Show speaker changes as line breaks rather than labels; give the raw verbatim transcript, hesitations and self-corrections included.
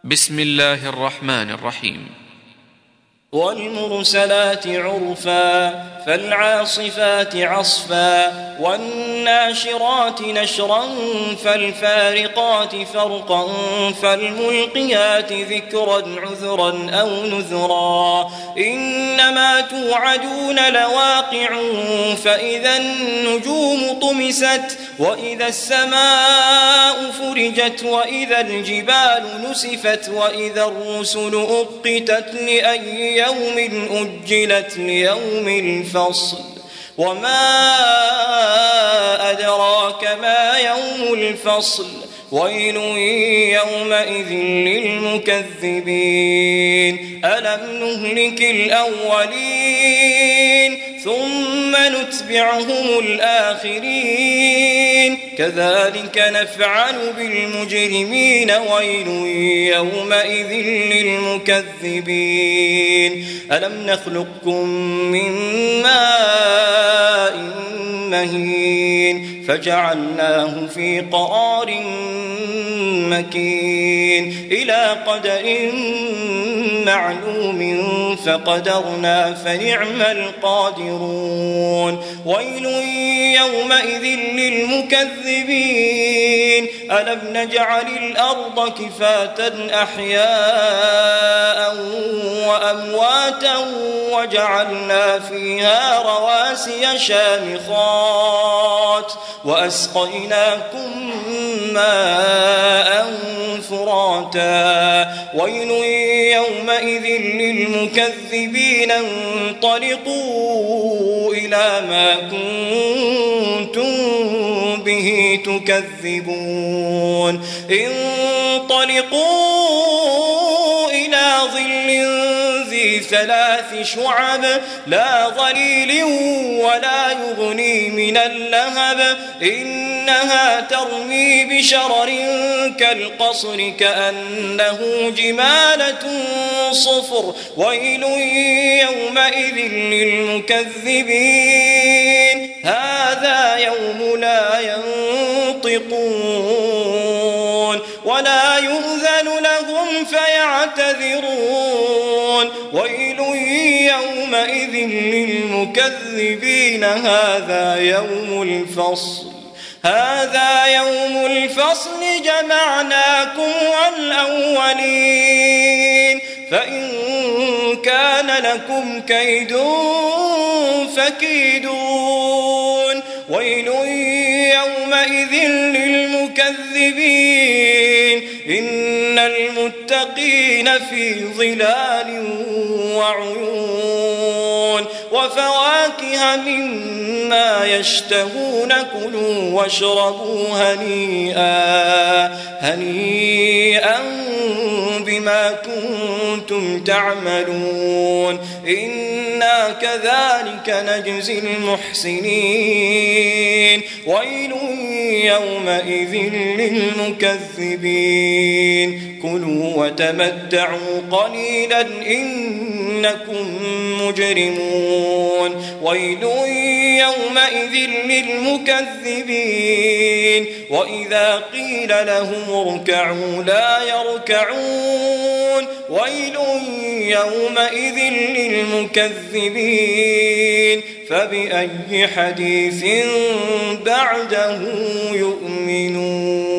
بسم الله الرحمن الرحيم.
والمرسلات عرفا فالعاصفات عصفا والناشرات نشرا فالفارقات فرقا فالملقيات ذكرا عذرا أو نذرا إنما توعدون لواقع فإذا النجوم طمست وإذا السماء فرجت وإذا الجبال نسفت وإذا الرسل أقتت لأي يوم أجلت ليوم الفصل وما أدراك ما يوم الفصل ويل يومئذ للمكذبين ألم نهلك الأولين ثم نتبعهم الآخرين كذلك نفعل بالمجرمين ويل يومئذ للمكذبين ألم نخلقكم من ماء مهين فجعلناه في قرار مكين إلى قدر معلوم فقدرنا فنعم القادرون ويل يومئذ للمكذبين ألم نجعل الأرض كفاة أحياء وأمواتا وجعلنا فيها رواسي شامخات وأسقيناكم ماء فراتا ويل يومئذ للمكذبين انطلقوا إلى ما كنتم به تكذبون انطلقوا إلى ظل ذي ثلاث شعب لا ظليل ولا يغني من اللهب إنها ترمي بشرر كالقصر كأنه جمالة صفر ويل يومئذ للمكذبين هذا يوم لا ينطقون ولا يؤذن لهم فيعتذرون ويل يومئذ للمكذبين هذا يوم الفصل هذا يوم الفصل جمعناكم والأولين فإن كان لكم كيد فكيدون ويل يومئذ للمكذبين إن المتقين في ظلال وعيون وفواكه مما يشتهون كلوا واشربوا هنيئا هنيئا بما كنتم تعملون إنا كذلك نجزي المحسنين ويل يومئذ للمكذبين كلوا وتمتعوا قليلا إنكم مجرمون ويل يومئذ للمكذبين وإذا قيل لهم اركعوا لا يركعون ويل يومئذ للمكذبين فبأي حديث بعده يؤمنون.